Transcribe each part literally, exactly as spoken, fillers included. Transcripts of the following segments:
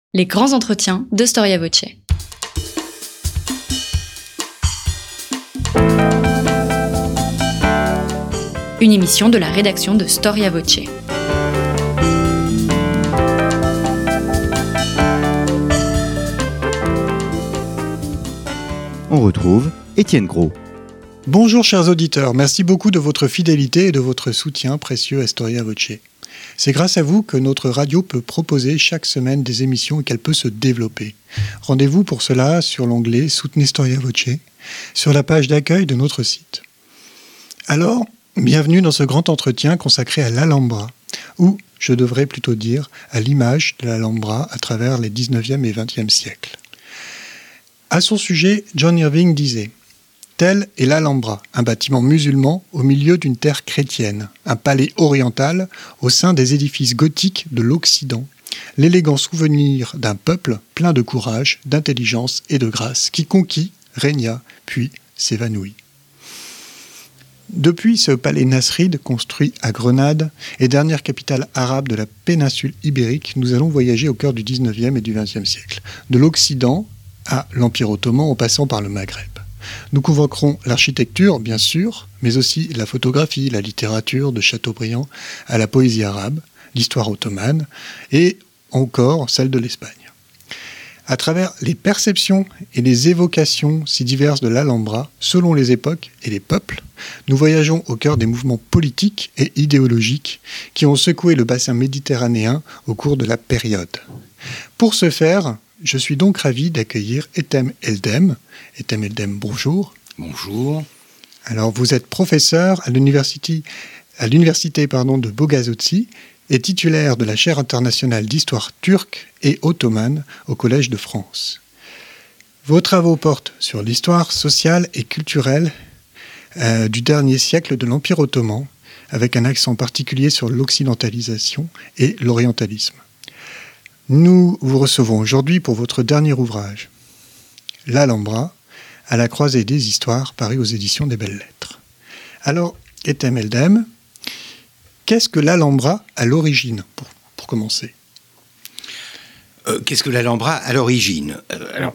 Les grands entretiens de Storia Voce. Une émission de la rédaction de Storia Voce. On retrouve Étienne Gros. Bonjour chers auditeurs, merci beaucoup de votre fidélité et de votre soutien précieux à Storia Voce. C'est grâce à vous que notre radio peut proposer chaque semaine des émissions et qu'elle peut se développer. Rendez-vous pour cela sur l'onglet Soutenez Storia Voce, sur la page d'accueil de notre site. Alors, bienvenue dans ce grand entretien consacré à l'Alhambra, ou, je devrais plutôt dire, à l'image de l'Alhambra à travers les dix-neuvième et vingtième siècles. À son sujet, John Irving disait « Tel est l'Alhambra, un bâtiment musulman au milieu d'une terre chrétienne, un palais oriental au sein des édifices gothiques de l'Occident, l'élégant souvenir d'un peuple plein de courage, d'intelligence et de grâce, qui conquit, régna, puis s'évanouit. » Depuis ce palais nasride construit à Grenade et dernière capitale arabe de la péninsule ibérique, nous allons voyager au cœur du dix-neuvième et du vingtième siècle, de l'Occident à l'Empire ottoman en passant par le Maghreb. Nous convoquerons l'architecture, bien sûr, mais aussi la photographie, la littérature de Chateaubriand à la poésie arabe, l'histoire ottomane et encore celle de l'Espagne. À travers les perceptions et les évocations si diverses de l'Alhambra, selon les époques et les peuples, nous voyageons au cœur des mouvements politiques et idéologiques qui ont secoué le bassin méditerranéen au cours de la période. Pour ce faire, je suis donc ravi d'accueillir Ethem Eldem. Ethem Eldem, bonjour. Bonjour. Alors, vous êtes professeur à l'université, à l'université pardon, de Bogazici et titulaire de la chaire internationale d'histoire turque et ottomane au Collège de France. Vos travaux portent sur l'histoire sociale et culturelle euh, du dernier siècle de l'Empire ottoman, avec un accent particulier sur l'occidentalisation et l'orientalisme. Nous vous recevons aujourd'hui pour votre dernier ouvrage, L'Alhambra, à la croisée des histoires, paru aux éditions des Belles Lettres. Alors, Ethem Eldem, qu'est-ce que l'Alhambra à l'origine, pour, pour commencer euh, Qu'est-ce que l'Alhambra à l'origine euh, alors,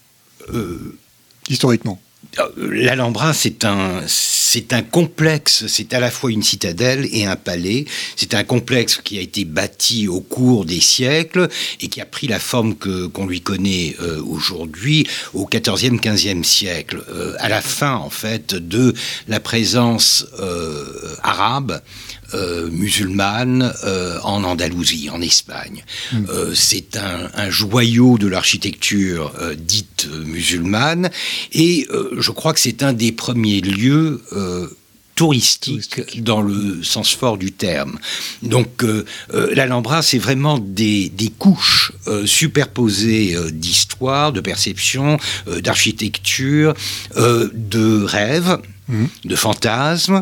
euh, Historiquement. L'Alhambra, c'est un, c'est un complexe, c'est à la fois une citadelle et un palais. C'est un complexe qui a été bâti au cours des siècles et qui a pris la forme que, qu'on lui connaît euh, aujourd'hui au quatorzième, quinzième siècle, euh, à la fin, en fait, de la présence euh, arabe, Euh, musulmane euh, en Andalousie, en Espagne. Mmh. Euh, c'est un, un joyau de l'architecture euh, dite euh, musulmane et euh, je crois que c'est un des premiers lieux euh, touristique, touristique dans le sens fort du terme. Donc euh, euh, l'Alhambra, c'est vraiment des, des couches euh, superposées euh, d'histoire, de perception, euh, d'architecture, euh, de rêves, mmh. de fantasmes,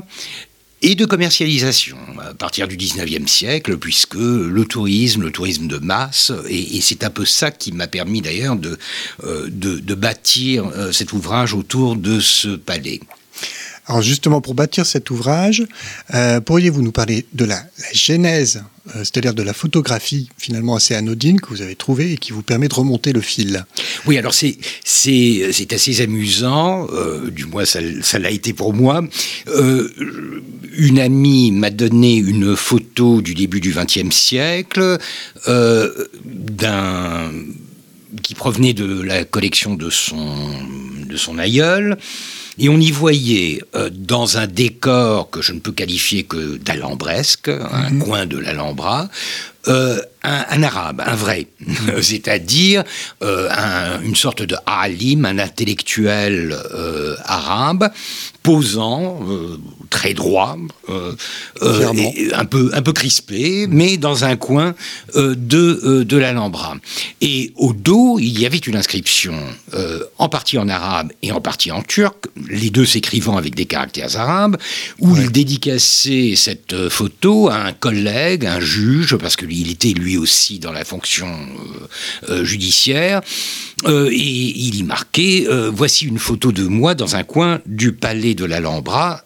et de commercialisation à partir du dix-neuvième siècle, puisque le tourisme, le tourisme de masse, et, et c'est un peu ça qui m'a permis d'ailleurs de, euh, de, de bâtir euh, cet ouvrage autour de ce palais. Alors justement, pour bâtir cet ouvrage, euh, pourriez-vous nous parler de la, la genèse, euh, c'est-à-dire de la photographie finalement assez anodine que vous avez trouvée et qui vous permet de remonter le fil? Oui, alors c'est, c'est, c'est assez amusant, euh, du moins ça, ça l'a été pour moi. Euh, une amie m'a donné une photo du début du vingtième siècle euh, d'un... qui provenait de la collection de son, de son aïeul. Et on y voyait, euh, dans un décor que je ne peux qualifier que d'alhambresque, mmh. un coin de l'Alhambra, euh, un, un arabe, un vrai, mmh. c'est-à-dire euh, un, une sorte de alim, un intellectuel euh, arabe, posant, euh, très droit, euh, euh, et un peu un peu crispé, mais dans un coin euh, de euh, de l'Alhambra. Et au dos, il y avait une inscription, euh, en partie en arabe et en partie en turc, les deux s'écrivant avec des caractères arabes, où ouais. il dédicaçait cette photo à un collègue, un juge, parce qu'il était lui aussi dans la fonction euh, euh, judiciaire, euh, et il y marquait euh, « Voici une photo de moi dans un coin du palais de l'Alhambra,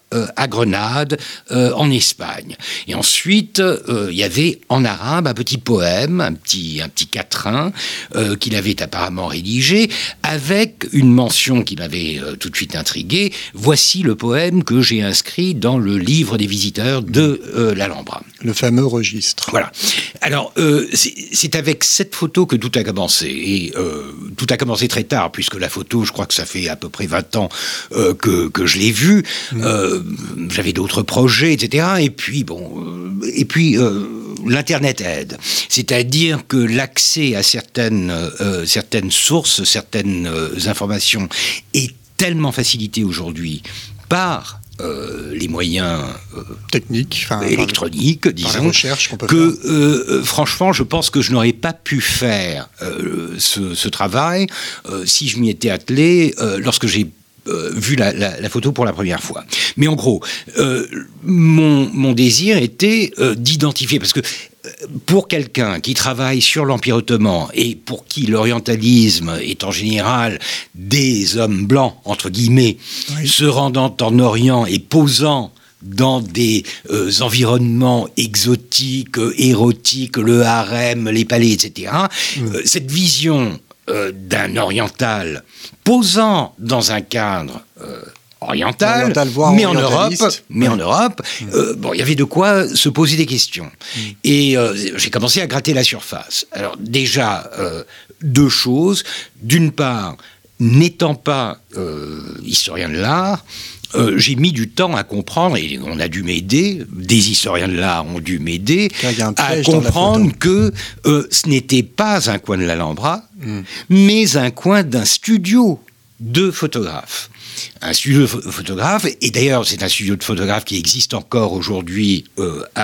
euh, à Grenade, euh, en Espagne. Et ensuite, euh, il y avait en arabe un petit poème, un petit, un petit quatrain euh, qu'il avait apparemment rédigé, avec une mention qui m'avait euh, tout de suite intrigué. Voici le poème que j'ai inscrit dans le livre des visiteurs de euh, l'Alhambra. Le fameux registre. Voilà. Alors, euh, c'est, c'est avec cette photo que tout a commencé. Et euh, tout a commencé très tard, puisque la photo, je crois que ça fait à peu près vingt ans euh, que, que je l'ai vue. Mmh. Euh, j'avais d'autres projets, et cetera. Et puis, bon... Euh, et puis... Euh, l'Internet aide. C'est-à-dire que l'accès à certaines, euh, certaines sources, certaines euh, informations est tellement facilité aujourd'hui par euh, les moyens euh, techniques, enfin, électroniques, par disons, par la recherche qu'on peut que faire. Euh, franchement, je pense que je n'aurais pas pu faire euh, ce, ce travail euh, si je m'y étais attelé euh, lorsque j'ai Euh, vu la, la, la photo pour la première fois. Mais en gros, euh, mon, mon désir était euh, d'identifier, parce que euh, pour quelqu'un qui travaille sur l'Empire ottoman et pour qui l'orientalisme est en général des hommes blancs, entre guillemets, oui. se rendant en Orient et posant dans des euh, environnements exotiques, euh, érotiques, le harem, les palais, et cetera, mmh. euh, cette vision euh, d'un oriental posant dans un cadre euh, oriental, oriental mais en Europe, mais ouais. en Europe, mmh. euh, bon, il y avait de quoi se poser des questions. Mmh. Et euh, j'ai commencé à gratter la surface. Alors déjà, euh, deux choses. D'une part, n'étant pas euh, historien de l'art, Euh, j'ai mis du temps à comprendre, et on a dû m'aider, des historiens de l'art ont dû m'aider, à comprendre que euh, ce n'était pas un coin de l'Alhambra, mm. mais un coin d'un studio de photographes. Un studio de photographes, et d'ailleurs c'est un studio de photographes qui existe encore aujourd'hui euh, à,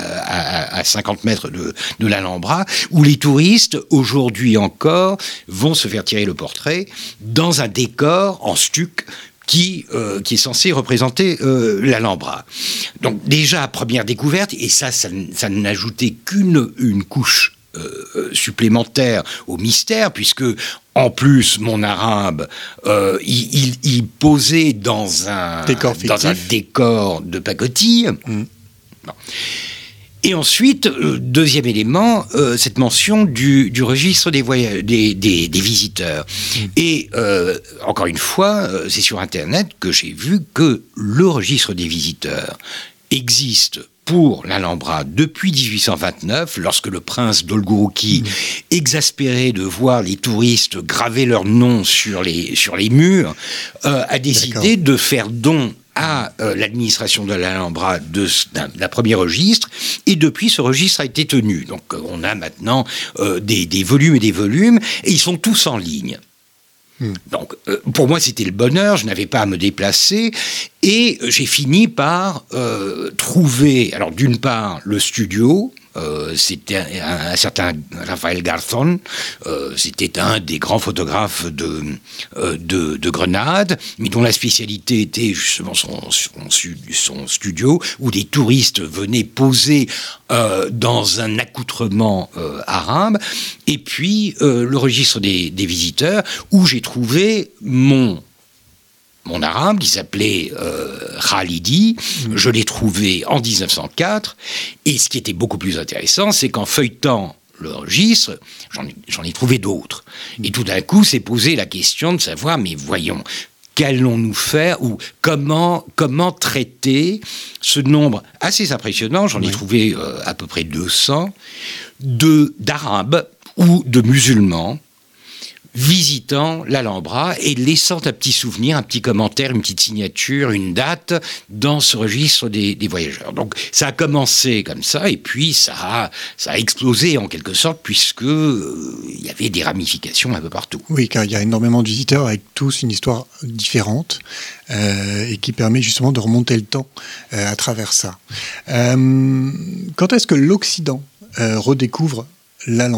à, à cinquante mètres de, de l'Alhambra, où les touristes, aujourd'hui encore, vont se faire tirer le portrait dans un décor en stuc, Qui, euh, qui est censé représenter euh, l'Alhambra. Donc déjà, première découverte, et ça, ça, ça n'ajoutait qu'une une couche euh, supplémentaire au mystère, puisque, en plus, mon arabe, euh, il, il, il posait dans un décor, dans un décor de pacotille. Mmh. Bon. Et ensuite, euh, deuxième élément, euh, cette mention du, du registre des, voya- des, des, des visiteurs. Mmh. Et euh, encore une fois, euh, c'est sur Internet que j'ai vu que le registre des visiteurs existe pour l'Alhambra depuis dix-huit cent vingt-neuf, lorsque le prince d'Olgourouki, mmh. exaspéré de voir les touristes graver leurs noms sur les, sur les murs, euh, a décidé D'accord. de faire don à euh, l'administration de l'Alhambra de, d'un, d'un premier registre, et depuis ce registre a été tenu. Donc euh, on a maintenant euh, des, des volumes et des volumes, et ils sont tous en ligne. Hmm. Donc euh, pour moi c'était le bonheur, je n'avais pas à me déplacer, et j'ai fini par euh, trouver, alors d'une part le studio. Euh, c'était un, un certain Rafael Garzón, euh, c'était un des grands photographes de, euh, de, de Grenade, mais dont la spécialité était justement son, son, son studio, où des touristes venaient poser euh, dans un accoutrement euh, arabe, et puis euh, le registre des, des visiteurs, où j'ai trouvé mon... Mon arabe, qui s'appelait euh, Khalidi, mmh. je l'ai trouvé en dix-neuf cent quatre, et ce qui était beaucoup plus intéressant, c'est qu'en feuilletant le registre, j'en ai, j'en ai trouvé d'autres. Mmh. Et tout d'un coup, s'est posé la question de savoir, mais voyons, qu'allons-nous faire, ou comment, comment traiter ce nombre assez impressionnant, j'en ai oui. trouvé euh, à peu près deux cents, de, d'arabes ou de musulmans, visitant l'Alhambra et laissant un petit souvenir, un petit commentaire, une petite signature, une date dans ce registre des, des voyageurs. Donc ça a commencé comme ça, et puis ça a, ça a explosé en quelque sorte, puisque euh, il y avait des ramifications un peu partout. Oui, car il y a énormément de visiteurs avec tous une histoire différente, euh, et qui permet justement de remonter le temps euh, à travers ça. Euh, quand est-ce que l'Occident euh, redécouvre l'Alhambra ?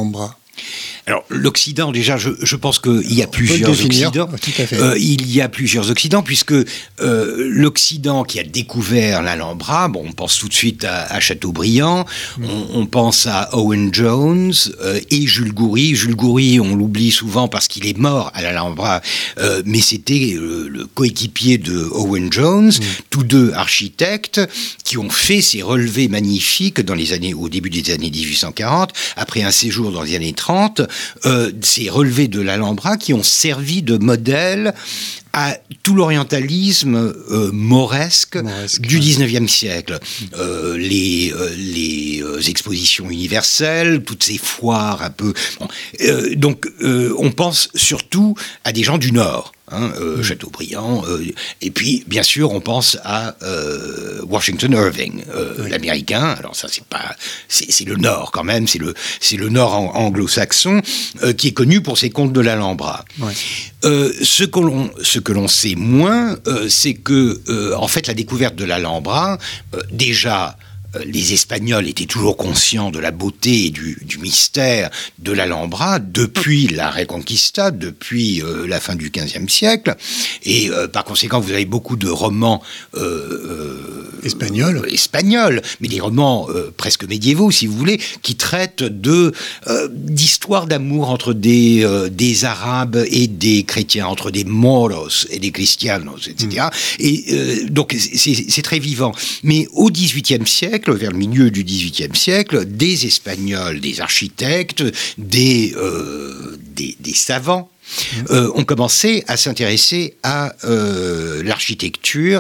Alors, l'Occident, déjà, je, je pense qu'il y a plusieurs Occidents. Tout à fait. Euh, il y a plusieurs Occidents, puisque euh, l'Occident qui a découvert l'Alhambra, bon, on pense tout de suite à, à Chateaubriand, mmh. on, on pense à Owen Jones euh, et Jules Goury. Jules Goury, on l'oublie souvent parce qu'il est mort à l'Alhambra, euh, mais c'était le, le coéquipier de Owen Jones, mmh. tous deux architectes qui ont fait ces relevés magnifiques dans les années, au début des années dix-huit cent quarante, après un séjour dans les années trente, euh, ces relevés de l'Alhambra qui ont servi de modèle à tout l'orientalisme euh, mauresque, mauresque du dix-neuvième siècle. Euh, les euh, les euh, expositions universelles, toutes ces foires un peu... Bon, euh, donc, euh, on pense surtout à des gens du Nord. Hein, euh, mmh. Chateaubriand, euh, et puis bien sûr on pense à euh, Washington Irving, euh, oui. l'américain. Alors ça c'est pas, c'est, c'est le Nord quand même, c'est le c'est le Nord anglo-saxon euh, qui est connu pour ses contes de l'Alhambra. Ouais. Euh, ce que l'on ce que l'on sait moins, euh, c'est que euh, en fait la découverte de l'Alhambra, euh, déjà. Les Espagnols étaient toujours conscients de la beauté et du, du mystère de l'Alhambra depuis la Reconquista, depuis euh, la fin du quinzième siècle. Et euh, par conséquent, vous avez beaucoup de romans euh, euh, espagnols, euh, espagnols, mais des romans euh, presque médiévaux, si vous voulez, qui traitent de euh, d'histoires d'amour entre des euh, des Arabes et des chrétiens, entre des moros et des cristianos, et cetera. Mmh. Et euh, donc c'est, c'est très vivant. Mais au dix-huitième siècle, vers le milieu du dix-huitième siècle, des Espagnols, des architectes, des, euh, des, des savants euh, ont commencé à s'intéresser à euh, l'architecture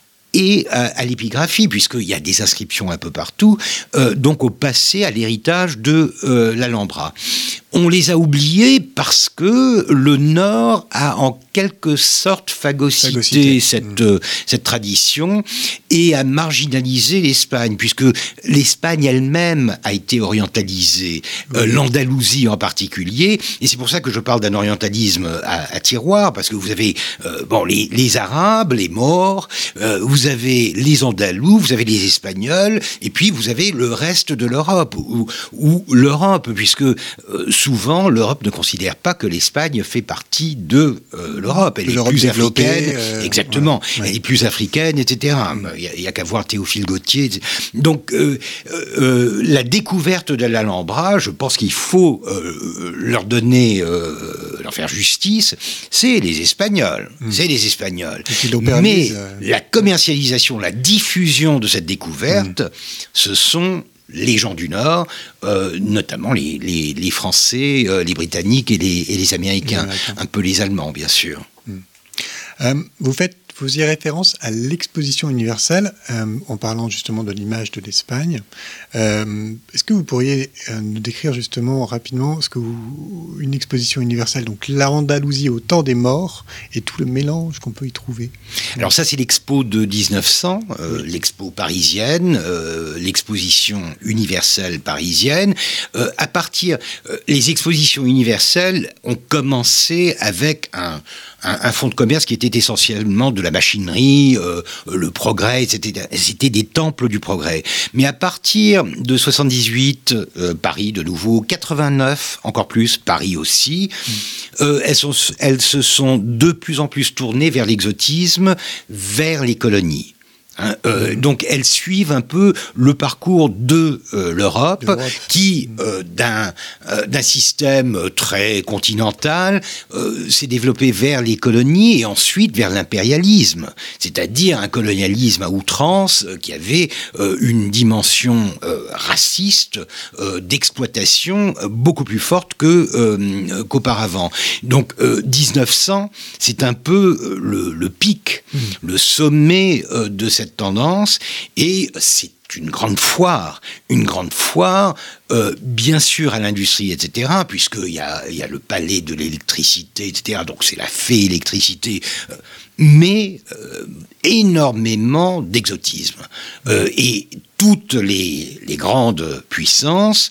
et à, à l'épigraphie, puisqu'il y a des inscriptions un peu partout, euh, donc au passé, à l'héritage de euh, l'Alhambra. On les a oubliés parce que le Nord a en quelque sorte phagocyté, phagocyté. Cette, mmh. euh, cette tradition et a marginalisé l'Espagne, puisque l'Espagne elle-même a été orientalisée, oui. euh, l'Andalousie en particulier, et c'est pour ça que je parle d'un orientalisme à, à tiroir, parce que vous avez euh, bon, les, les Arabes, les Maures, euh, vous avez les Andalous, vous avez les Espagnols, et puis vous avez le reste de l'Europe, ou, ou l'Europe, puisque euh, souvent, l'Europe ne considère pas que l'Espagne fait partie de euh, l'Europe. Elle est plus africaine, euh, exactement. Ouais, ouais. Elle est plus africaine, et cetera. Il n'y a, a qu'à voir Théophile Gautier. Donc, euh, euh, la découverte de l'Alhambra, je pense qu'il faut euh, leur donner, euh, leur faire justice, c'est les Espagnols. Mmh. C'est les Espagnols. Mais euh... la commercialisation, la diffusion de cette découverte, mmh. ce sont les gens du Nord, euh, notamment les, les, les Français, euh, les Britanniques et les, et les Américains, les un peu les Allemands, bien sûr. Mmh. Euh, vous faites, vous faisiez référence à l'exposition universelle, euh, en parlant justement de l'image de l'Espagne. Euh, est-ce que vous pourriez euh, nous décrire justement rapidement ce que vous, une exposition universelle, donc l'Andalousie au temps des morts et tout le mélange qu'on peut y trouver? Alors ça, c'est l'expo de dix-neuf cents, euh, oui. l'expo parisienne, euh, l'exposition universelle parisienne. Euh, à partir, euh, les expositions universelles ont commencé avec un Un, un fonds de commerce qui était essentiellement de la machinerie, euh, le progrès, et cetera. C'était des temples du progrès. Mais à partir de soixante-dix-huit, euh, Paris de nouveau, quatre-vingt-neuf, encore plus, Paris aussi, mmh. euh, elles, sont, elles se sont de plus en plus tournées vers l'exotisme, vers les colonies. Hein, euh, donc elles suivent un peu le parcours de euh, l'Europe, l'Europe. qui euh, d'un, euh, d'un système très continental euh, s'est développé vers les colonies et ensuite vers l'impérialisme, c'est-à-dire un colonialisme à outrance euh, qui avait euh, une dimension euh, raciste, euh, d'exploitation euh, beaucoup plus forte que, euh, qu'auparavant. Donc euh, dix-neuf cents, c'est un peu euh, le, le pic, mmh. le sommet euh, de cette tendance, et c'est une grande foire, une grande foire, euh, bien sûr à l'industrie, et cetera, puisqu'il y a, il y a le palais de l'électricité, et cetera, donc c'est la fée électricité, euh, mais euh, énormément d'exotisme. Euh, et toutes les, les grandes puissances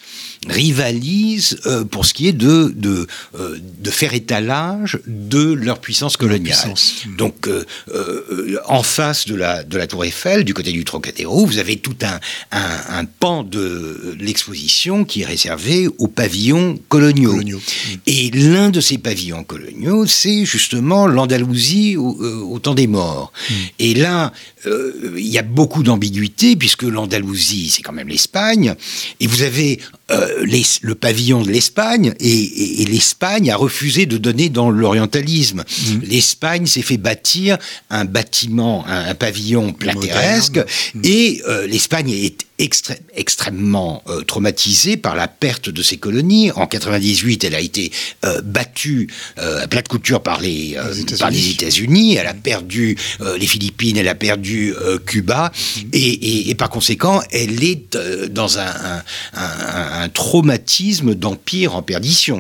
rivalisent euh, pour ce qui est de, de, euh, de faire étalage de leur puissance coloniale. Puissance. Donc, euh, euh, en face de la, de la Tour Eiffel, du côté du Trocadéro, vous avez tout un, un, un pan de l'exposition qui est réservé aux pavillons coloniaux. coloniaux. Mmh. Et l'un de ces pavillons coloniaux, c'est justement l'Andalousie au, euh, au temps des morts. Mmh. Et là, euh, il y a beaucoup d'ambiguïté, puisque l'Andalousie, c'est quand même l'Espagne, et vous avez euh, les, le pavillon de l'Espagne, et, et, et l'Espagne a refusé de donner dans l'orientalisme. Mmh. L'Espagne s'est fait bâtir un bâtiment, un, un pavillon platéresque, mmh. et euh, l'Espagne est extré- extrêmement euh, traumatisée par la perte de ses colonies. En quatre-vingt-dix-huit, elle a été euh, battue euh, à plate couture par les, euh, les par les États-Unis. Elle a perdu euh, les Philippines, elle a perdu euh, Cuba, mmh. et, et, et par conséquent, elle est euh, dans un, un, un, un traumatisme d'empire en perdition.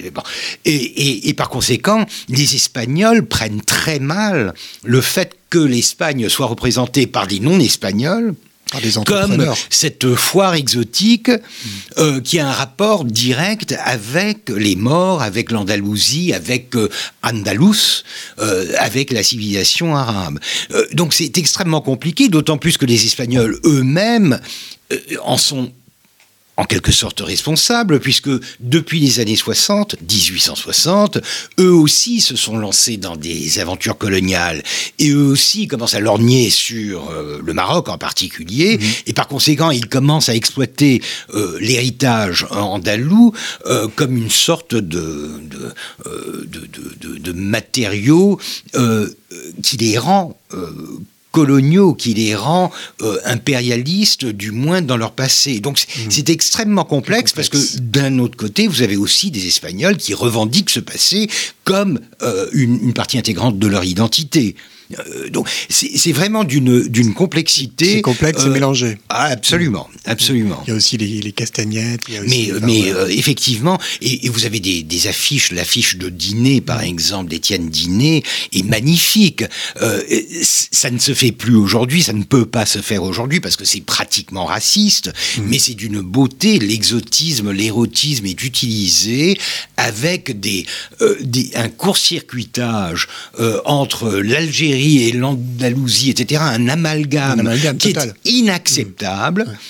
Et, et, et par conséquent, les Espagnols prennent très mal le fait que l'Espagne soit représentée par des non-espagnols, comme cette foire exotique mmh. euh, qui a un rapport direct avec les morts, avec l'Andalousie, avec euh, Andalus, euh, avec la civilisation arabe. Euh, donc c'est extrêmement compliqué, d'autant plus que les Espagnols eux-mêmes euh, en sont en quelque sorte responsables, puisque depuis les années soixante, dix-huit cent soixante, eux aussi se sont lancés dans des aventures coloniales, et eux aussi commencent à lorgner sur euh, le Maroc en particulier, mmh. et par conséquent, ils commencent à exploiter euh, l'héritage andalou euh, comme une sorte de, de, euh, de, de, de, de matériau euh, qui les rend euh, coloniaux, qui les rend euh, impérialistes, du moins dans leur passé. Donc c'est, mmh. c'est extrêmement complexe, complexe parce que d'un autre côté, vous avez aussi des Espagnols qui revendiquent ce passé comme euh, une, une partie intégrante de leur identité. Euh, donc c'est, c'est vraiment d'une, d'une complexité. C'est complexe, euh, c'est mélangé. Ah, absolument, absolument. Il y a aussi les, les castagnettes. Il y a aussi mais les mais euh, effectivement, et, et vous avez des, des affiches, l'affiche de Diné, par mmh. exemple, d'Étienne Diné, est magnifique. Euh, ça ne se fait plus aujourd'hui, ça ne peut pas se faire aujourd'hui parce que c'est pratiquement raciste, mmh. mais c'est d'une beauté. L'exotisme, l'érotisme est utilisé avec des, euh, des, un court-circuitage euh, entre l'Algérie et l'Andalousie, et cetera, un amalgame, un amalgame qui total. Est inacceptable, mmh.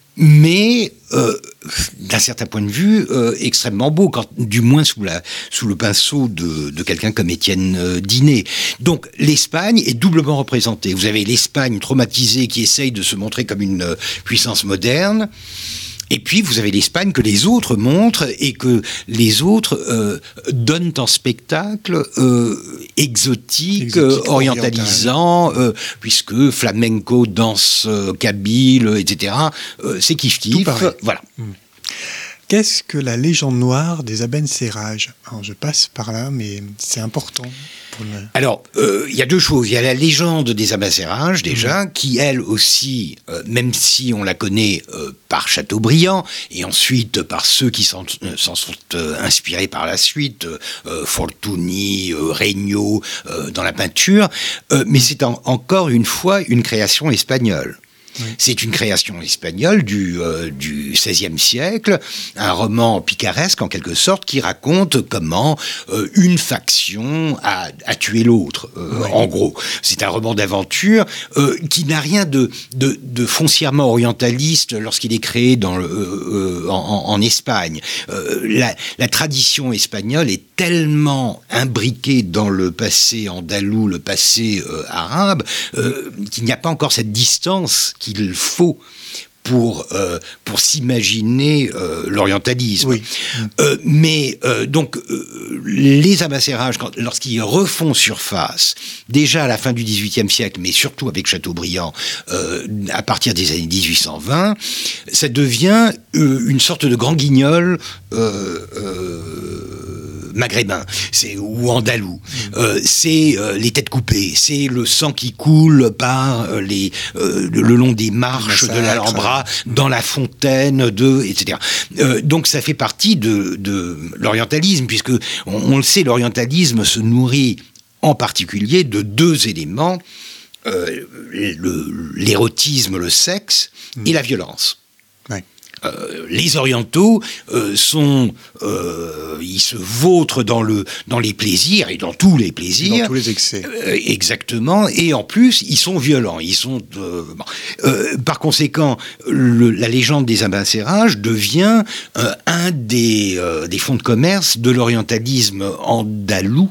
mais euh, d'un certain point de vue euh, extrêmement beau, quand, du moins sous, la, sous le pinceau de, de quelqu'un comme Étienne euh, Diné. Donc l'Espagne est doublement représentée. Vous avez l'Espagne traumatisée qui essaye de se montrer comme une euh, puissance moderne. Et puis, vous avez l'Espagne que les autres montrent et que les autres euh, donnent en spectacle euh, exotique, exotique euh, orientalisant, euh, puisque flamenco, danse euh, kabyle, et cetera. Euh, c'est kiff-kiff. Voilà. Mmh. Qu'est-ce que la légende noire des Abencerrages ? Alors, je passe par là, mais c'est important. Pour le... Alors, il euh, y a deux choses. Il y a la légende des Abencerrages, déjà, mmh. qui, elle aussi, euh, même si on la connaît euh, par Chateaubriand, et ensuite par ceux qui s'en, euh, s'en sont euh, inspirés par la suite, euh, Fortuny, euh, Regnault, euh, dans la peinture, euh, mais c'est en, encore une fois une création espagnole. Oui. C'est une création espagnole du, euh, du seizième siècle, un roman picaresque en quelque sorte qui raconte comment euh, une faction a, a tué l'autre, euh, oui. en gros. C'est un roman d'aventure euh, qui n'a rien de, de, de foncièrement orientaliste lorsqu'il est créé dans le, euh, en, en Espagne. Euh, la, la tradition espagnole est tellement imbriquée dans le passé andalou, le passé euh, arabe, euh, qu'il n'y a pas encore cette distance qu'il faut pour, euh, pour s'imaginer euh, l'orientalisme. Oui. Euh, mais euh, donc, euh, les Abencerrages, quand, lorsqu'ils refont surface, déjà à la fin du dix-huitième siècle, mais surtout avec Chateaubriand, euh, à partir des années dix-huit cent vingt, ça devient euh, une sorte de grand guignol euh, euh, maghrébin, c'est, ou andalou. Mmh. Euh, c'est euh, les têtes coupées, c'est le sang qui coule par euh, les, euh, le, le long des marches de l'Alhambra, dans la fontaine, de, et cetera. Euh, donc ça fait partie de, de l'orientalisme, puisque on, on le sait, l'orientalisme se nourrit en particulier de deux éléments, euh, le, l'érotisme, le sexe, mmh. et la violence. Ouais. Euh, les orientaux euh, sont, euh, ils se vautrent dans le, dans les plaisirs et dans tous les plaisirs, et dans tous les excès. Euh, exactement. Et en plus, ils sont violents. Ils sont, euh, bon. euh, par conséquent, le, la légende des Abencerrages devient euh, un des, euh, des fonds de commerce de l'orientalisme andalou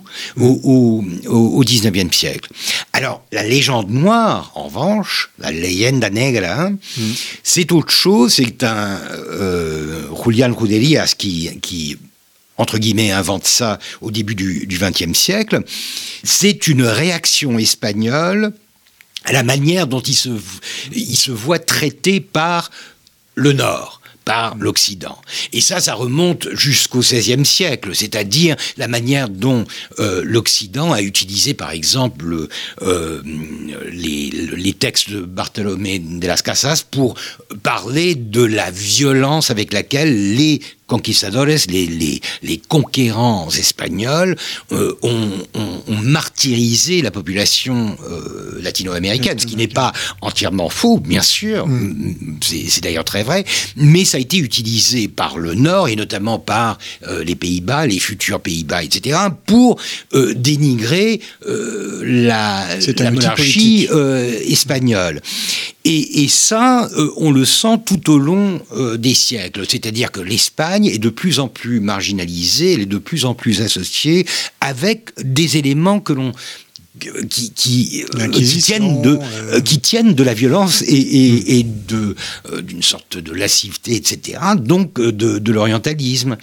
au, au, au dix-neuvième siècle. Alors, la légende noire, en revanche, la leyenda negra, hein, mm. c'est autre chose. C'est un euh, Julián Ruderias qui, qui, entre guillemets, invente ça au début du vingtième siècle. C'est une réaction espagnole à la manière dont il se, il se voit traité par le Nord, par l'Occident. Et ça, ça remonte jusqu'au seizième siècle, c'est-à-dire la manière dont euh, l'Occident a utilisé, par exemple, euh, les, les textes de Bartolomé de las Casas pour parler de la violence avec laquelle les conquistadores, les, les, les conquérants espagnols euh, ont, ont, ont martyrisé la population euh, latino-américaine, ce qui n'est pas entièrement faux, bien sûr, mm. c'est, c'est d'ailleurs très vrai, mais ça a été utilisé par le Nord, et notamment par euh, les Pays-Bas, les futurs Pays-Bas, et cetera, pour euh, dénigrer euh, la, la monarchie euh, espagnole. Et, et ça, euh, on le sent tout au long euh, des siècles. C'est-à-dire que l'Espagne est de plus en plus marginalisée, elle est de plus en plus associée avec des éléments que l'on... Qui, qui, euh, qui, tiennent de, euh... qui tiennent de la violence et, et, mmh. et de, euh, d'une sorte de lasciveté, et cetera, donc de, de l'orientalisme.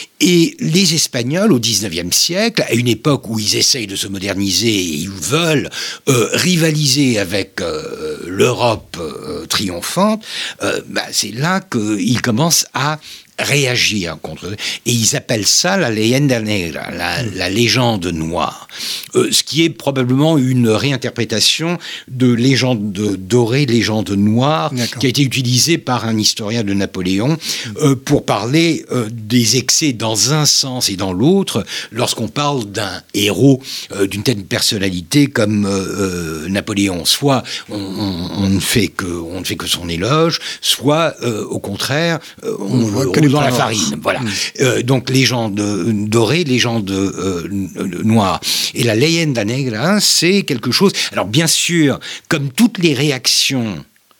Et les Espagnols, au dix-neuvième siècle, à une époque où ils essayent de se moderniser et ils veulent euh, rivaliser avec euh, l'Europe euh, triomphante, euh, bah, c'est là qu'ils commencent à réagir contre eux. Et ils appellent ça la leyenda negra, la, mmh. la légende noire. Euh, ce qui est probablement une réinterprétation de légende dorée, légende noire, D'accord. qui a été utilisée par un historien de Napoléon mmh. euh, pour parler euh, des excès dans un sens et dans l'autre, lorsqu'on parle d'un héros, euh, d'une telle personnalité comme euh, Napoléon. Soit on, on, on, ne fait que, on ne fait que son éloge, soit euh, au contraire, euh, on, on voit que dans la farine, voilà. Mmh. Euh, donc légende dorée, légende euh, noire. Et la leyenda negra, c'est quelque chose... Alors bien sûr, comme toutes les réactions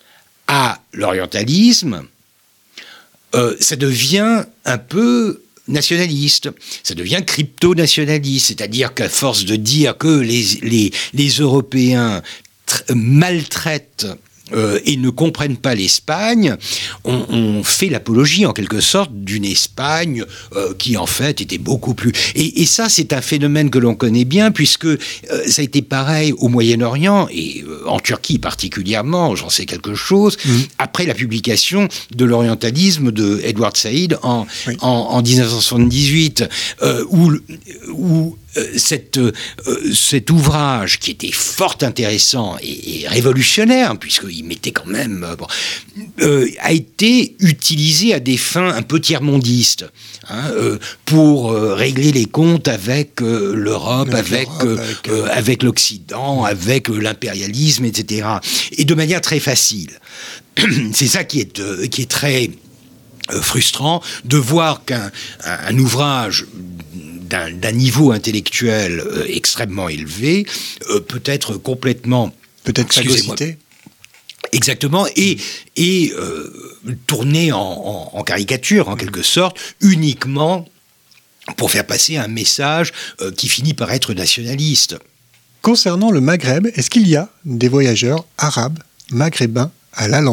à l'orientalisme, euh, ça devient un peu nationaliste, ça devient crypto-nationaliste, c'est-à-dire qu'à force de dire que les, les, les Européens tr- maltraitent Euh, et ne comprennent pas l'Espagne, on, on fait l'apologie en quelque sorte d'une Espagne euh, qui en fait était beaucoup plus... Et, et ça, c'est un phénomène que l'on connaît bien, puisque euh, ça a été pareil au Moyen-Orient, et euh, en Turquie particulièrement, j'en sais quelque chose, mmh. après la publication de l'orientalisme de Edward Said en, oui. en, en dix-neuf cent soixante-dix-huit, euh, où... où Cette, euh, cet ouvrage qui était fort intéressant et, et révolutionnaire, puisqu'il mettait quand même... Euh, bon, euh, a été utilisé à des fins un peu tiers-mondistes, hein, euh, pour euh, régler les comptes avec euh, l'Europe, avec, avec, euh, avec, euh, avec l'Occident, avec euh, l'impérialisme, et cetera. Et de manière très facile. C'est ça qui est, euh, qui est très euh, frustrant, de voir qu'un un, un ouvrage... D'un, d'un niveau intellectuel euh, extrêmement élevé, euh, peut être complètement... Peut-être phagocyté. Exactement, et, et euh, tourné en, en, en caricature, en quelque sorte, uniquement pour faire passer un message euh, qui finit par être nationaliste. Concernant le Maghreb, est-ce qu'il y a des voyageurs arabes, maghrébins à l'Alhambra ?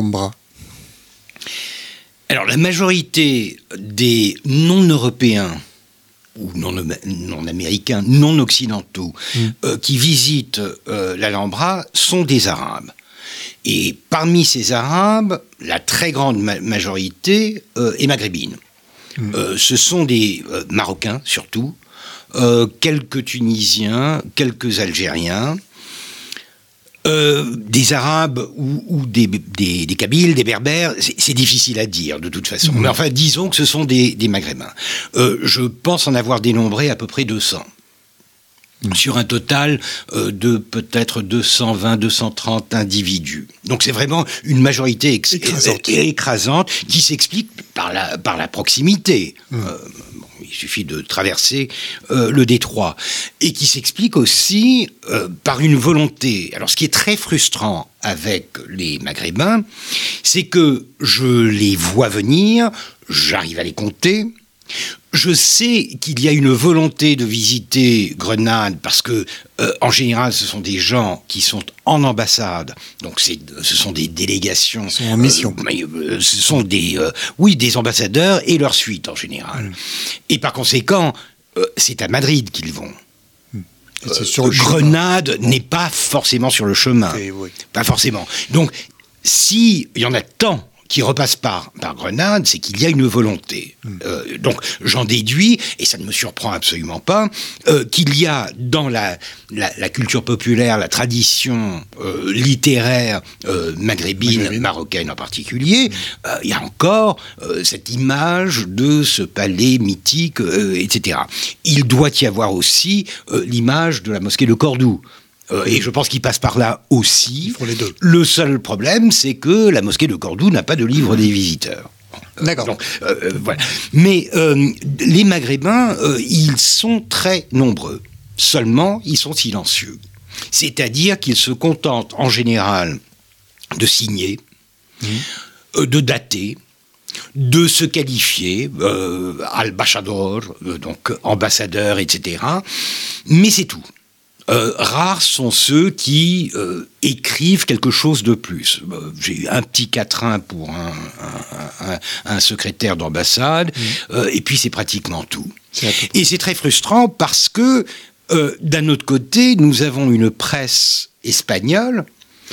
Alors, la majorité des non-européens ou non, non américains, non occidentaux, mmh. euh, qui visitent euh, l'Alhambra sont des Arabes. Et parmi ces Arabes, la très grande ma- majorité euh, est maghrébine. Mmh. Euh, ce sont des euh, Marocains, surtout, euh, quelques Tunisiens, quelques Algériens, Euh, des Arabes ou, ou des, des, des Kabyles, des Berbères, c'est, c'est difficile à dire de toute façon. Mmh. Mais enfin, disons que ce sont des, des Maghrébins. Euh, je pense en avoir dénombré à peu près deux cents. Mmh. Sur un total euh, de peut-être deux cent vingt, deux cent trente individus. Donc c'est vraiment une majorité ex- écrasante. É- écrasante qui s'explique par la, par la proximité. Mmh. Euh, bon, il suffit de traverser euh, le détroit. Et qui s'explique aussi euh, par une volonté. Alors ce qui est très frustrant avec les Maghrébins, c'est que je les vois venir, j'arrive à les compter. Je sais qu'il y a une volonté de visiter Grenade parce que, euh, en général, ce sont des gens qui sont en ambassade. Donc, c'est, ce sont des délégations. Ils sont en mission. Euh, mais, euh, ce sont des, euh, oui, des ambassadeurs et leur suite en général. Mmh. Et par conséquent, euh, c'est à Madrid qu'ils vont. Mmh. Et c'est sur le Grenade chemin. n'est pas forcément sur le chemin. Et oui. Pas forcément. Donc, s'il y en a tant qui repasse par, par Grenade, c'est qu'il y a une volonté. Mmh. Euh, donc, j'en déduis, et ça ne me surprend absolument pas, euh, qu'il y a dans la, la, la culture populaire, la tradition euh, littéraire euh, maghrébine, Maghrébine, marocaine en particulier, mmh. euh, il y a encore euh, cette image de ce palais mythique, euh, et cetera. Il doit y avoir aussi euh, l'image de la mosquée de Cordoue. Euh, et je pense qu'il passe par là aussi. Ils font les deux. Le seul problème, c'est que la mosquée de Cordoue n'a pas de livre des visiteurs. D'accord. Donc, euh, voilà. Mais euh, les Maghrébins, euh, ils sont très nombreux. Seulement, ils sont silencieux. C'est-à-dire qu'ils se contentent en général de signer, mmh. euh, de dater, de se qualifier, euh, al-bachador, euh, donc ambassadeur, et cetera. Mais c'est tout. Euh, rares sont ceux qui euh, écrivent quelque chose de plus. Euh, j'ai un petit quatrain pour un, un, un, un secrétaire d'ambassade, mmh. euh, et puis c'est pratiquement tout. C'est et c'est très frustrant parce que, euh, d'un autre côté, nous avons une presse espagnole,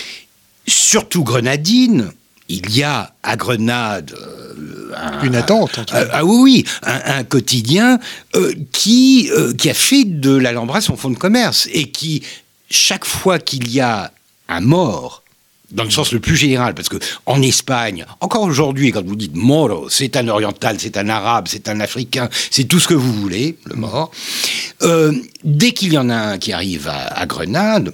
surtout grenadine. Il y a à Grenade euh, un, une attente. En tout cas. Un, ah oui, oui, un, un quotidien euh, qui euh, qui a fait de l'Alhambra son fonds de commerce et qui chaque fois qu'il y a un mort, dans le sens le plus général, parce que en Espagne, encore aujourd'hui, quand vous dites moro, c'est un oriental, c'est un arabe, c'est un africain, c'est tout ce que vous voulez, le mort. Euh, dès qu'il y en a un qui arrive à, à Grenade.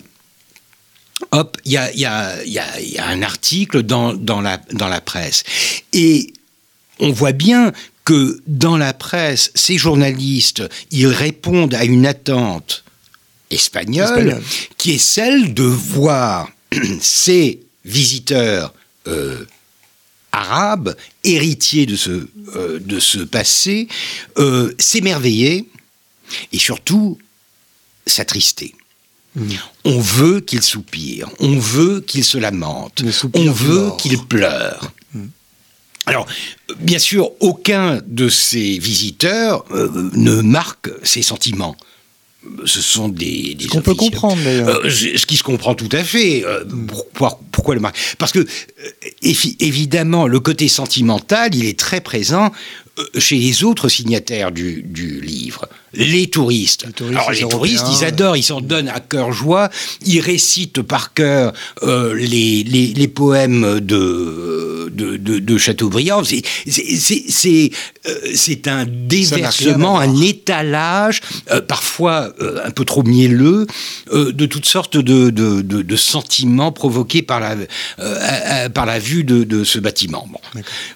Hop, il y a, y, a, y, a, y a un article dans, dans, la, dans la presse. Et on voit bien que dans la presse, ces journalistes, ils répondent à une attente espagnole, espagnole. qui est celle de voir ces visiteurs euh, arabes, héritiers de ce, euh, de ce passé, euh, s'émerveiller et surtout s'attrister. Mmh. On veut qu'il soupire, on veut qu'il se lamente, on veut qu'il pleure. Mmh. Alors, bien sûr, aucun de ces visiteurs euh, ne marque ses sentiments. Ce sont des, des ce qu'on peut comprendre d'ailleurs. Euh, ce qui se comprend tout à fait. Euh, mmh. pourquoi, pourquoi le marque ? Parce que, euh, évidemment, le côté sentimental, il est très présent euh, chez les autres signataires du, du livre. Les touristes. Les touristes, Alors, les, les touristes, ils adorent, ils s'en donnent à cœur joie. Ils récitent par cœur euh, les, les, les poèmes de, de, de, de Chateaubriand. C'est, c'est, c'est, c'est, euh, c'est un déversement, un étalage, euh, parfois euh, un peu trop mielleux, euh, de toutes sortes de, de, de, de sentiments provoqués par la, euh, par la vue de, de ce bâtiment. Bon.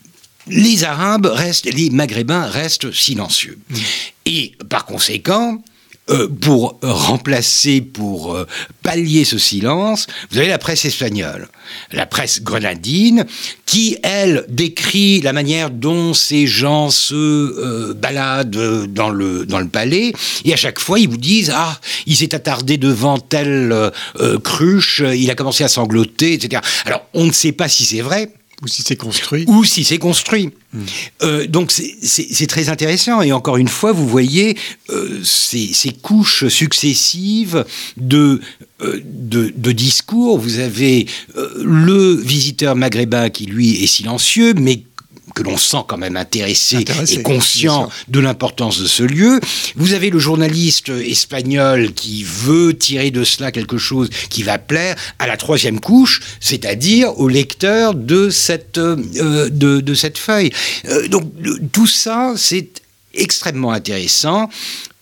Les Arabes restent, les Maghrébins restent silencieux. Mmh. Et par conséquent, euh, pour remplacer, pour euh, pallier ce silence, vous avez la presse espagnole, la presse grenadine, qui, elle, décrit la manière dont ces gens se euh, baladent dans le, dans le palais, et à chaque fois, ils vous disent « Ah, il s'est attardé devant telle euh, cruche, il a commencé à sangloter, et cetera » Alors, on ne sait pas si c'est vrai, Ou si c'est construit. Ou si c'est construit. Mmh. Euh, donc c'est, c'est, c'est très intéressant. Et encore une fois, vous voyez euh, ces, ces couches successives de, euh, de, de discours. Vous avez euh, le visiteur maghrébin qui, lui, est silencieux, mais que l'on sent quand même intéressé, intéressé et conscient de l'importance de ce lieu. Vous avez le journaliste espagnol qui veut tirer de cela quelque chose qui va plaire à la troisième couche, c'est-à-dire au lecteur de cette, euh, de, de cette feuille. Euh, donc tout ça, c'est extrêmement intéressant.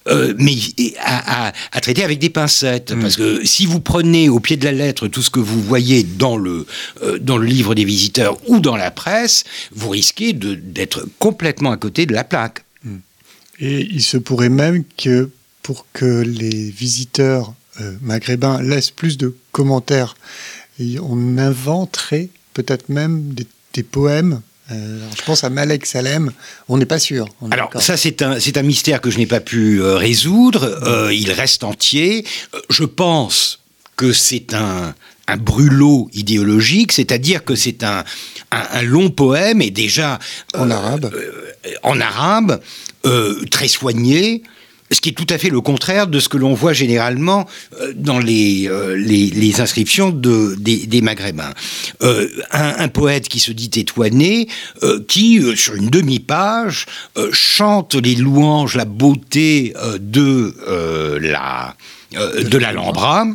euh, mais à, à, à traiter avec des pincettes. Mmh. Parce que si vous prenez au pied de la lettre tout ce que vous voyez dans le, euh, dans le livre des visiteurs ou dans la presse, vous risquez de, d'être complètement à côté de la plaque. Mmh. Et il se pourrait même que pour que les visiteurs euh, maghrébins laissent plus de commentaires, on inventerait peut-être même des, des poèmes. Euh, je pense à Malek Salem, on n'est pas sûr. Alors ça c'est un, c'est un mystère que je n'ai pas pu euh, résoudre, euh, il reste entier. Euh, je pense que c'est un, un brûlot idéologique, c'est-à-dire que c'est un, un, un long poème, et déjà... En euh, arabe euh, En arabe, euh, très soigné, ce qui est tout à fait le contraire de ce que l'on voit généralement dans les, euh, les, les inscriptions de, des, des Maghrébins. Euh, un, un poète qui se dit étoilé, euh, qui, euh, sur une demi-page, euh, chante les louanges, la beauté euh, de, euh, la, euh, de l'Alhambra,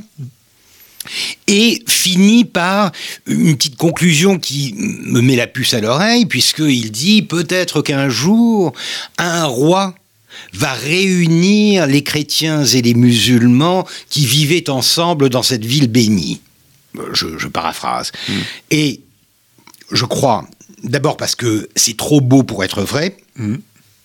et finit par une petite conclusion qui me met la puce à l'oreille, puisqu'il dit peut-être qu'un jour, un roi va réunir les chrétiens et les musulmans qui vivaient ensemble dans cette ville bénie. Je, je paraphrase. Mmh. Et je crois, d'abord parce que c'est trop beau pour être vrai, mmh.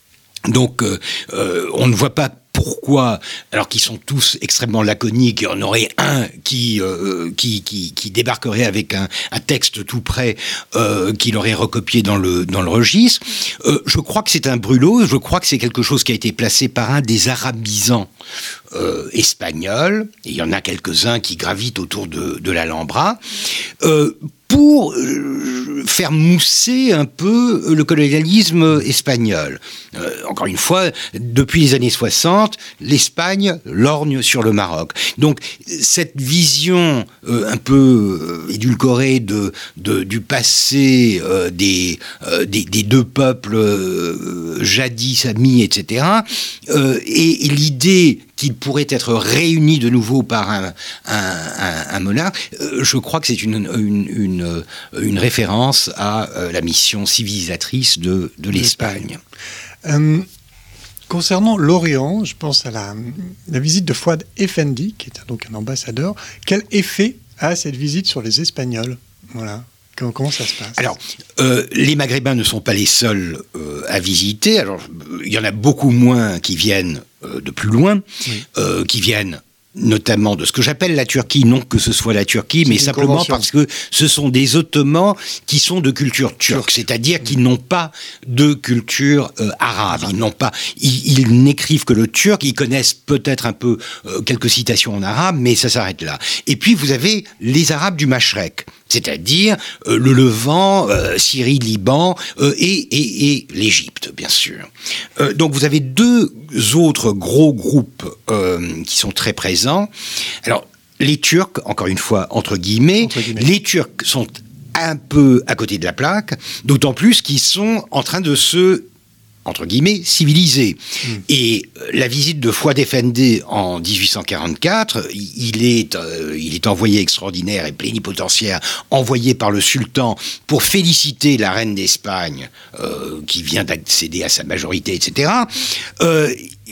donc euh, euh, on ne voit pas pourquoi, alors qu'ils sont tous extrêmement laconiques, il y en aurait un qui, euh, qui, qui, qui débarquerait avec un, un texte tout prêt euh, qu'il aurait recopié dans le, dans le registre. Euh, je crois que c'est un brûlot, je crois que c'est quelque chose qui a été placé par un des arabisants euh, espagnols, et il y en a quelques-uns qui gravitent autour de, de l'Alhambra, euh, pour euh, faire mousser un peu le colonialisme espagnol. Euh, encore une fois, depuis les années soixante, l'Espagne lorgne sur le Maroc. Donc, cette vision euh, un peu euh, édulcorée de, de, du passé euh, des, euh, des, des deux peuples euh, jadis amis, et cetera, euh, et, et l'idée qu'ils pourraient être réunis de nouveau par un, un, un, un monarque, euh, je crois que c'est une, une, une, une référence à euh, la mission civilisatrice de, de l'Espagne. Euh, concernant l'Orient, je pense à la, la visite de Fouad Effendi, qui est donc un ambassadeur. Quel effet a cette visite sur les Espagnols ? Voilà. Comment, comment ça se passe ? Alors, euh, les Maghrébins ne sont pas les seuls euh, à visiter. Alors, il y en a beaucoup moins qui viennent euh, de plus loin, oui. euh, qui viennent notamment de ce que j'appelle la Turquie, non que ce soit la Turquie, c'est mais simplement convention. Parce que ce sont des Ottomans qui sont de culture turque, c'est-à-dire qu'ils n'ont pas de culture euh, arabe. Ils n'ont pas, ils, ils n'écrivent que le turc. Ils connaissent peut-être un peu euh, quelques citations en arabe, mais ça s'arrête là. Et puis vous avez les Arabes du Mashrek, c'est-à-dire euh, le Levant, euh, Syrie, Liban euh, et, et, et l'Égypte, bien sûr. Euh, donc vous avez deux autres gros groupes euh, qui sont très présents. Alors, les Turcs, encore une fois, entre guillemets, entre guillemets, les Turcs sont un peu à côté de la plaque, d'autant plus qu'ils sont en train de se, entre guillemets, civiliser. Mmh. Et la visite de Fouad Effendi en dix-huit cent quarante-quatre, il est, euh, il est envoyé extraordinaire et plénipotentiaire, envoyé par le sultan pour féliciter la reine d'Espagne, euh, qui vient d'accéder à sa majorité, et cetera. Euh,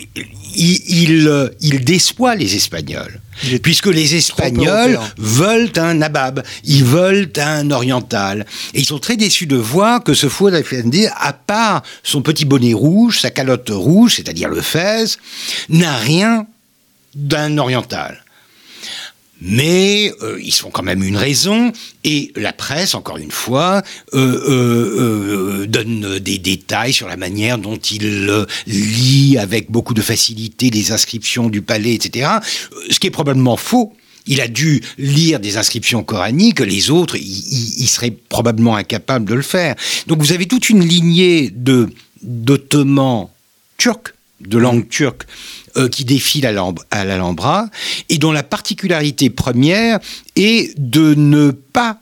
il, il, il déçoit les Espagnols. Puisque les Espagnols veulent un nabab, ils veulent un oriental. Et ils sont très déçus de voir que ce Fouad Effendi, à part son petit bonnet rouge, sa calotte rouge, c'est-à-dire le fez, n'a rien d'un oriental. Mais euh, ils font quand même une raison, et la presse, encore une fois, euh, euh, euh, donne des détails sur la manière dont il euh, lit avec beaucoup de facilité les inscriptions du palais, et cetera. Ce qui est probablement faux. Il a dû lire des inscriptions coraniques, les autres, il seraient probablement incapables de le faire. Donc vous avez toute une lignée de, d'Ottomans turcs, de langue turque, euh, qui défile à l'Alhambra, et dont la particularité première est de ne pas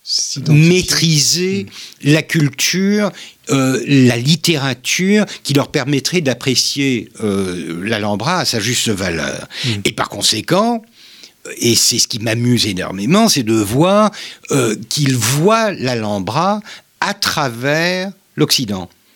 maîtriser mmh. la culture, euh, la littérature, qui leur permettrait d'apprécier euh, l'Alhambra à sa juste valeur. Mmh. Et par conséquent, et c'est ce qui m'amuse énormément, c'est de voir euh, qu'ils voient l'Alhambra à travers l'Occident.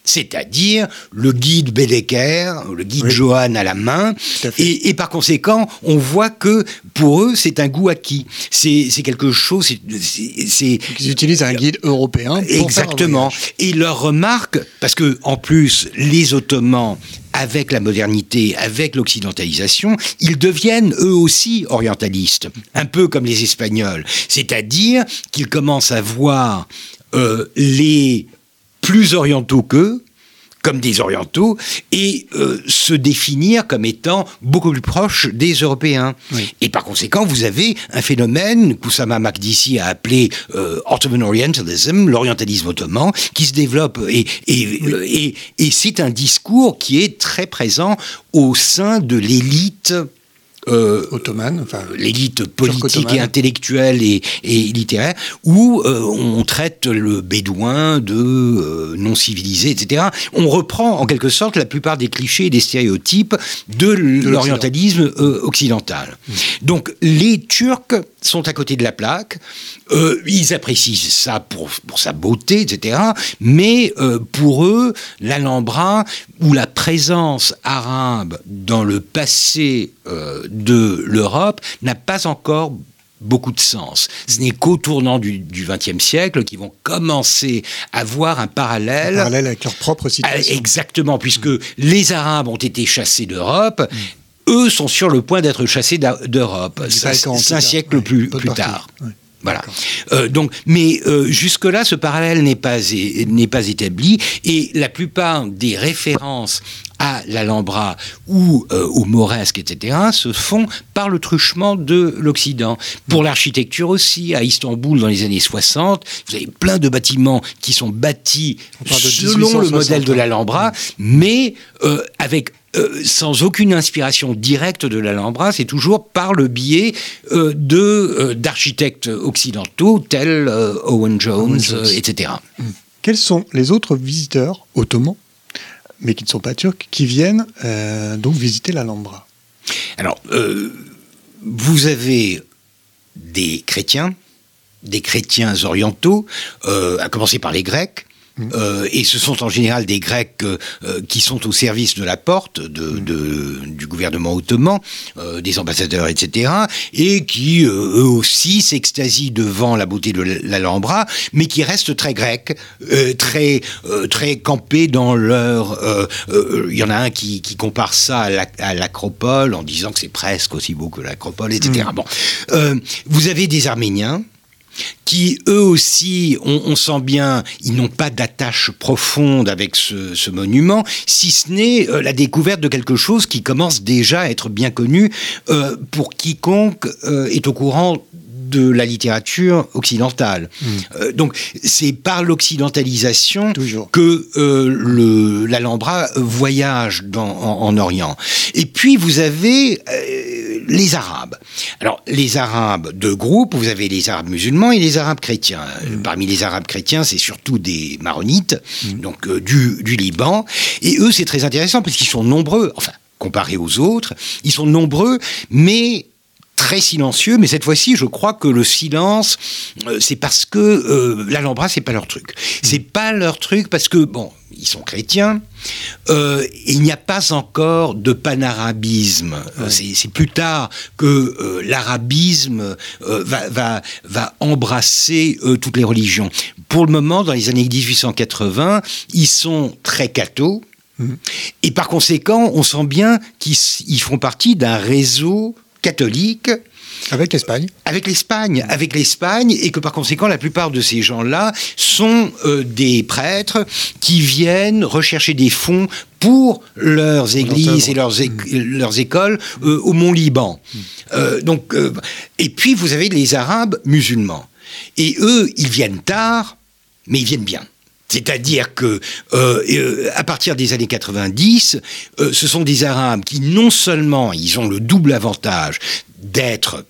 c'est-à-dire le guide Bellecker, le guide oui. Johan à la main, et, et par conséquent, on voit que pour eux, c'est un goût acquis. C'est, c'est quelque chose... C'est, c'est, c'est, Ils utilisent un guide européen pour exactement. faire un voyage. Et leur remarque, parce que en plus, les Ottomans, avec la modernité, avec l'occidentalisation, ils deviennent eux aussi orientalistes, un peu comme les Espagnols. C'est-à-dire qu'ils commencent à voir euh, les plus orientaux qu'eux, comme des orientaux, et euh, se définir comme étant beaucoup plus proches des Européens. Oui. Et par conséquent, vous avez un phénomène qu'Oussama Makdisi a appelé euh, Ottoman Orientalism, l'orientalisme ottoman, qui se développe, et, et, oui. euh, et, et c'est un discours qui est très présent au sein de l'élite Euh, ottomane, enfin, l'élite politique et intellectuelle et, et littéraire, où euh, on traite le bédouin de euh, non civilisé, et cetera. On reprend en quelque sorte la plupart des clichés et des stéréotypes de, de l'orientalisme euh, occidental. Mmh. Donc les Turcs sont à côté de la plaque, euh, ils apprécient ça pour, pour sa beauté, et cetera. Mais euh, pour eux, l'Alhambra ou la présence arabe dans le passé euh, de l'Europe n'a pas encore beaucoup de sens. Ce n'est qu'au tournant du vingtième siècle qu'ils vont commencer à voir un parallèle... Un parallèle avec leur propre situation. Exactement, puisque mmh. les Arabes ont été chassés d'Europe... Mmh. Eux sont sur le point d'être chassés d'Europe, cinq siècles oui, plus, plus tard. Oui, voilà. Euh, donc, mais euh, jusque-là, ce parallèle n'est pas, n'est pas établi, et la plupart des références à l'Alhambra ou euh, au Mauresque, et cetera, se font par le truchement de l'Occident. Pour l'architecture aussi, à Istanbul, dans les années soixante, vous avez plein de bâtiments qui sont bâtis selon le modèle de l'Alhambra, mais euh, avec Euh, sans aucune inspiration directe de l'Alhambra, c'est toujours par le biais euh, de, euh, d'architectes occidentaux tels euh, Owen Jones, Owen Jones. Euh, et cetera. Quels sont les autres visiteurs ottomans, mais qui ne sont pas turcs, qui viennent euh, donc visiter l'Alhambra ? Alors, euh, vous avez des chrétiens, des chrétiens orientaux, euh, à commencer par les Grecs, Euh, et ce sont en général des Grecs euh, qui sont au service de la porte de, de, du gouvernement ottoman, euh, des ambassadeurs, et cetera, et qui, euh, eux aussi, s'extasient devant la beauté de l'Alhambra, mais qui restent très grecs, euh, très, euh, très campés dans leur... Il euh, euh, y en a un qui, qui compare ça à, la, à l'Acropole, en disant que c'est presque aussi beau que l'Acropole, et cetera. Mmh. Bon. Euh, vous avez des Arméniens, qui, eux aussi, on, on sent bien, ils n'ont pas d'attache profonde avec ce, ce monument, si ce n'est euh, la découverte de quelque chose qui commence déjà à être bien connu euh, pour quiconque euh, est au courant de la littérature occidentale. Mmh. Euh, donc, c'est par l'occidentalisation Toujours. que euh, le, l'Alhambra voyage dans, en, en Orient. Et puis, vous avez euh, les Arabes. Alors, les Arabes de groupe, vous avez les Arabes musulmans et les Arabes chrétiens. Mmh. Parmi les Arabes chrétiens, c'est surtout des maronites, mmh. donc euh, du, du Liban. Et eux, c'est très intéressant parce qu'ils sont nombreux, enfin, comparés aux autres, ils sont nombreux, mais... très silencieux, mais cette fois-ci, je crois que le silence, euh, c'est parce que euh, l'Alhambra, c'est pas leur truc. Mmh. C'est pas leur truc parce que, bon, ils sont chrétiens, euh, et il n'y a pas encore de panarabisme. Mmh. Euh, c'est, c'est plus tard que euh, l'arabisme euh, va, va, va embrasser euh, toutes les religions. Pour le moment, dans les années dix-huit cent quatre-vingts, ils sont très cathos, mmh. et par conséquent, on sent bien qu'ils ils font partie d'un réseau catholique. Avec l'Espagne. Avec l'Espagne, avec l'Espagne, et que par conséquent, la plupart de ces gens-là sont euh, des prêtres qui viennent rechercher des fonds pour leurs églises et leurs, é- mmh. leurs écoles euh, au Mont-Liban. Mmh. Euh, donc, euh, et puis, vous avez les Arabes musulmans. Et eux, ils viennent tard, mais ils viennent bien. C'est-à-dire que euh, euh, à partir des années quatre-vingt-dix, euh, ce sont des Arabes qui non seulement ils ont le double avantage d'être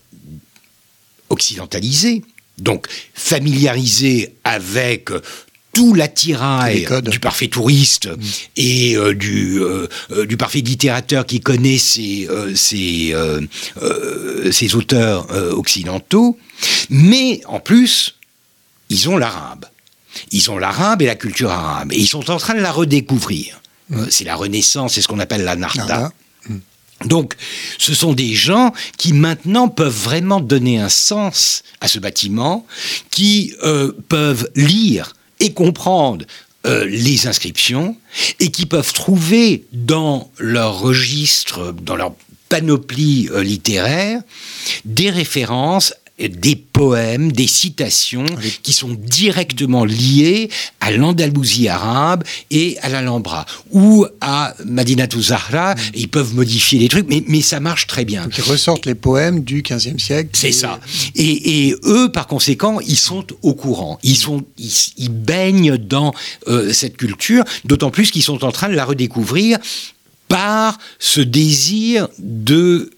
occidentalisés, donc familiarisés avec tout l'attirail du parfait touriste mmh. et euh, du, euh, euh, du parfait littérateur qui connaît ces, euh, ces, euh, euh, ces auteurs euh, occidentaux, mais en plus, ils ont l'arabe. Ils ont l'arabe et la culture arabe. Et ils sont en train de la redécouvrir. Mmh. Euh, c'est la Renaissance, c'est ce qu'on appelle la Narda. Narda. Mmh. Donc, ce sont des gens qui maintenant peuvent vraiment donner un sens à ce bâtiment, qui euh, peuvent lire et comprendre euh, les inscriptions, et qui peuvent trouver dans leur registre, dans leur panoplie euh, littéraire, des références, des poèmes, des citations oui. qui sont directement liées à l'Andalousie arabe et à l'Alhambra, ou à Madinatou Zahra. Mmh. Ils peuvent modifier les trucs, mais, mais ça marche très bien. Donc ils ressortent les poèmes du quinzième siècle. C'est et... ça. Et, et eux, par conséquent, ils sont au courant. Ils, sont, ils, ils baignent dans euh, cette culture, d'autant plus qu'ils sont en train de la redécouvrir par ce désir de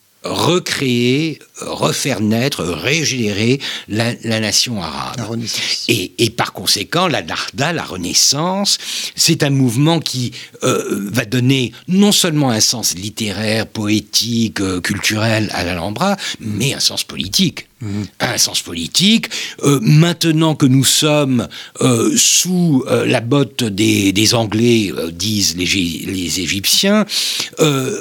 recréer, refaire naître, régénérer la, la nation arabe. La Renaissance. Et, et par conséquent, la Narda, la Renaissance, c'est un mouvement qui euh, va donner non seulement un sens littéraire, poétique, euh, culturel à l'Alhambra, mais un sens politique. Mmh. Un sens politique. Euh, maintenant que nous sommes euh, sous euh, la botte des, des Anglais, euh, disent les, les Égyptiens, euh,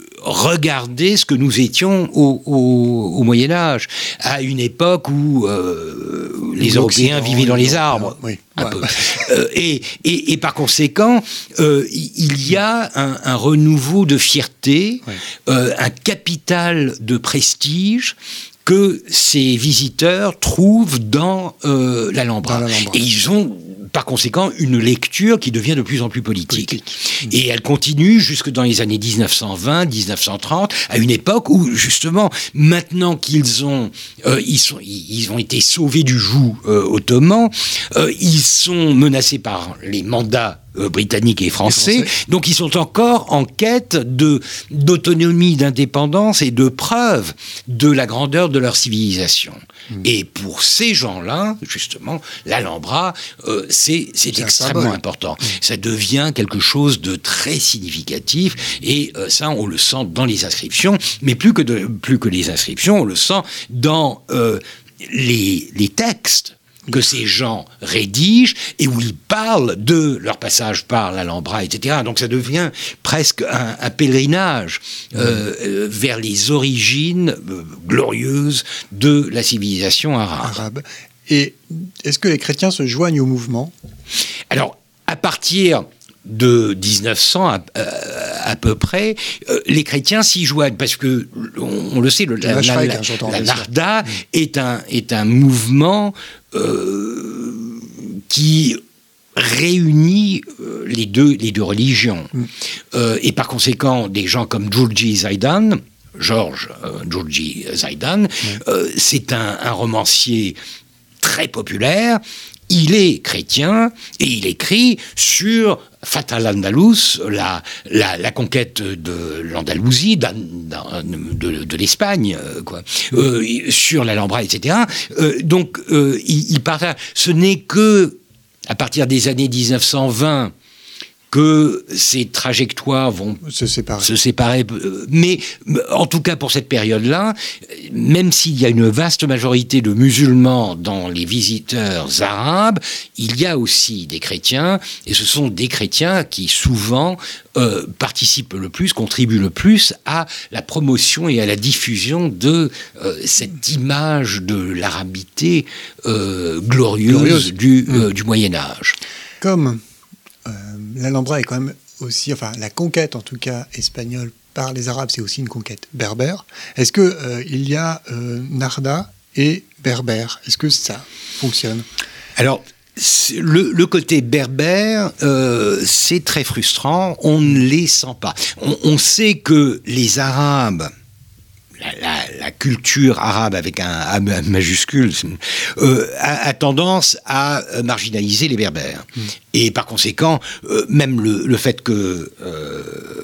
regardez ce que nous étions au, au, au Moyen-Âge, à une époque où euh, les Européens vivaient dans les arbres. Oui. Un ouais. peu. euh, et, et, et par conséquent, euh, il y a un, un renouveau de fierté, ouais. euh, un capital de prestige que ces visiteurs trouvent dans euh, l'Alhambra. Et ils ont, par conséquent, une lecture qui devient de plus en plus politique. politique. Et elle continue jusque dans les années dix-neuf cent vingt, dix-neuf cent trente, à une époque où, justement, maintenant qu'ils ont, euh, ils sont, ils ont été sauvés du joug euh, ottoman, euh, ils sont menacés par les mandats Euh, britanniques et français, français, donc ils sont encore en quête de, d'autonomie, d'indépendance et de preuve de la grandeur de leur civilisation. Mmh. Et pour ces gens-là, justement, l'Alhambra, euh, c'est, c'est, c'est extrêmement important. Mmh. Ça devient quelque chose de très significatif, et euh, ça, on le sent dans les inscriptions, mais plus que, de, plus que les inscriptions, on le sent dans euh, les, les textes que ces gens rédigent et où ils parlent de leur passage par l'Alhambra, et cetera. Donc ça devient presque un, un pèlerinage euh, euh, vers les origines euh, glorieuses de la civilisation arabe. arabe. Et est-ce que les chrétiens se joignent au mouvement ? Alors, à partir de dix-neuf cents à, euh, à peu près, euh, les chrétiens s'y joignent, parce que, on, on le sait, le, la, la, la, la Narda mmh. est, un, est un mouvement euh, qui réunit euh, les, deux, les deux religions. Mmh. Euh, et par conséquent, des gens comme Djurji Zaidan, Georges euh, Djurji Zaidan, mmh. euh, c'est un, un romancier très populaire. Il est chrétien et il écrit sur Fath al-Andalus, la, la, la conquête de l'Andalousie, de, de, de l'Espagne, quoi, euh, sur l'Alhambra, et cetera. Euh, donc, euh, il, il partage. Ce n'est que à partir des années dix-neuf cent vingt que ces trajectoires vont se séparer. se séparer. Mais en tout cas pour cette période-là, même s'il y a une vaste majorité de musulmans dans les visiteurs arabes, il y a aussi des chrétiens, et ce sont des chrétiens qui souvent euh, participent le plus, contribuent le plus à la promotion et à la diffusion de euh, cette image de l'arabité euh, glorieuse, glorieuse. Du, mmh. euh, du Moyen-Âge. Comme Euh, l'Alhambra est quand même aussi, enfin la conquête en tout cas espagnole par les Arabes, c'est aussi une conquête berbère. Est-ce que euh, il y a euh, Narda et berbère ? Est-ce que ça fonctionne ? Alors, le, le côté berbère, euh, c'est très frustrant. On ne les sent pas. On, on sait que les Arabes, La, la, la culture arabe avec un A majuscule euh, a, a tendance à marginaliser les berbères. Mmh. Et par conséquent, euh, même le, le fait que euh,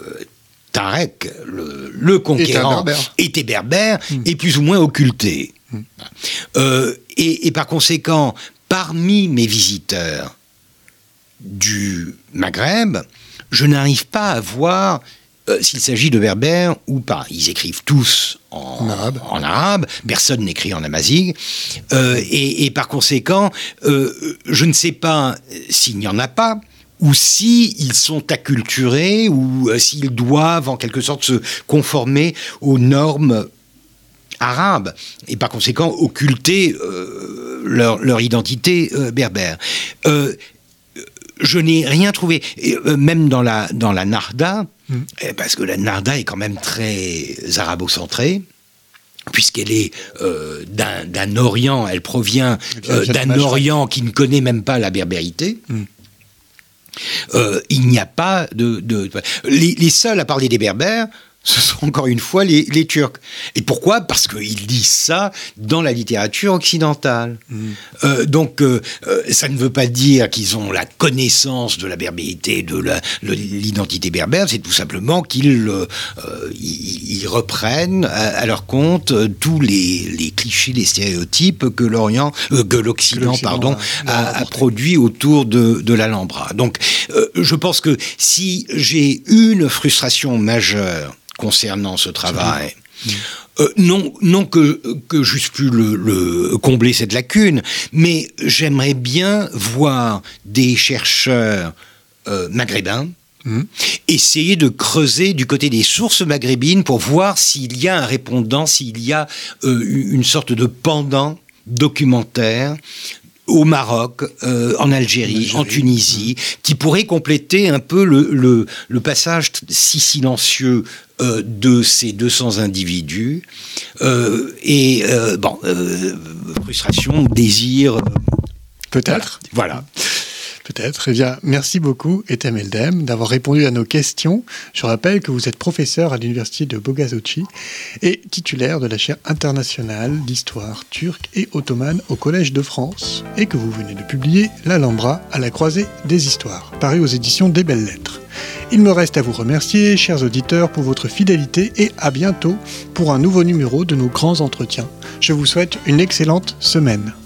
Tarek, le, le conquérant, berbère. était berbère, mmh. est plus ou moins occulté. Mmh. Euh, et, et par conséquent, parmi mes visiteurs du Maghreb, je n'arrive pas à voir euh, s'il s'agit de berbères ou pas. Ils écrivent tous en, en arabe. En arabe. Personne n'écrit en amazigh. Euh, et, et par conséquent, euh, je ne sais pas s'il n'y en a pas, ou si ils sont acculturés, ou euh, s'ils doivent en quelque sorte se conformer aux normes arabes, et par conséquent occulter euh, leur, leur identité euh, berbère. Euh, je n'ai rien trouvé, et, euh, même dans la, dans la Narda, mmh. eh, parce que la Narda est quand même très arabo-centrée, puisqu'elle est euh, d'un, d'un Orient, elle provient euh, d'un Orient qui ne connaît même pas la berbérité. Mmh. Euh, il n'y a pas de... de les, les seuls à parler des berbères, ce sont encore une fois les, les Turcs. Et pourquoi ? Parce qu'ils lisent ça dans la littérature occidentale. Mmh. Euh, donc, euh, ça ne veut pas dire qu'ils ont la connaissance de la berbérité, de, la, de l'identité berbère, c'est tout simplement qu'ils euh, ils, ils reprennent à, à leur compte euh, tous les, les clichés, les stéréotypes que l'Orient, euh, que l'Occident, que l'Occident pardon, a, a, a produit autour de, de l'Alhambra. Donc, euh, je pense que si j'ai une frustration majeure concernant ce travail, mmh. euh, non, non que, que j'eusse pu le, le combler cette lacune, mais j'aimerais bien voir des chercheurs euh, maghrébins mmh. essayer de creuser du côté des sources maghrébines pour voir s'il y a un répondant, s'il y a euh, une sorte de pendant documentaire au Maroc, euh, en Algérie, Algérie, en Tunisie, mmh. qui pourrait compléter un peu le, le, le passage si silencieux euh, de ces deux cents individus. Euh, et, euh, bon, euh, frustration, désir... Peut-être. Voilà. voilà. Peut-être. Eh bien, merci beaucoup, Ethem Eldem, d'avoir répondu à nos questions. Je rappelle que vous êtes professeur à l'université de Bogazici et titulaire de la chaire internationale d'histoire turque et ottomane au Collège de France, et que vous venez de publier L'Alhambra à la croisée des histoires, paru aux éditions des Belles Lettres. Il me reste à vous remercier, chers auditeurs, pour votre fidélité et à bientôt pour un nouveau numéro de nos grands entretiens. Je vous souhaite une excellente semaine.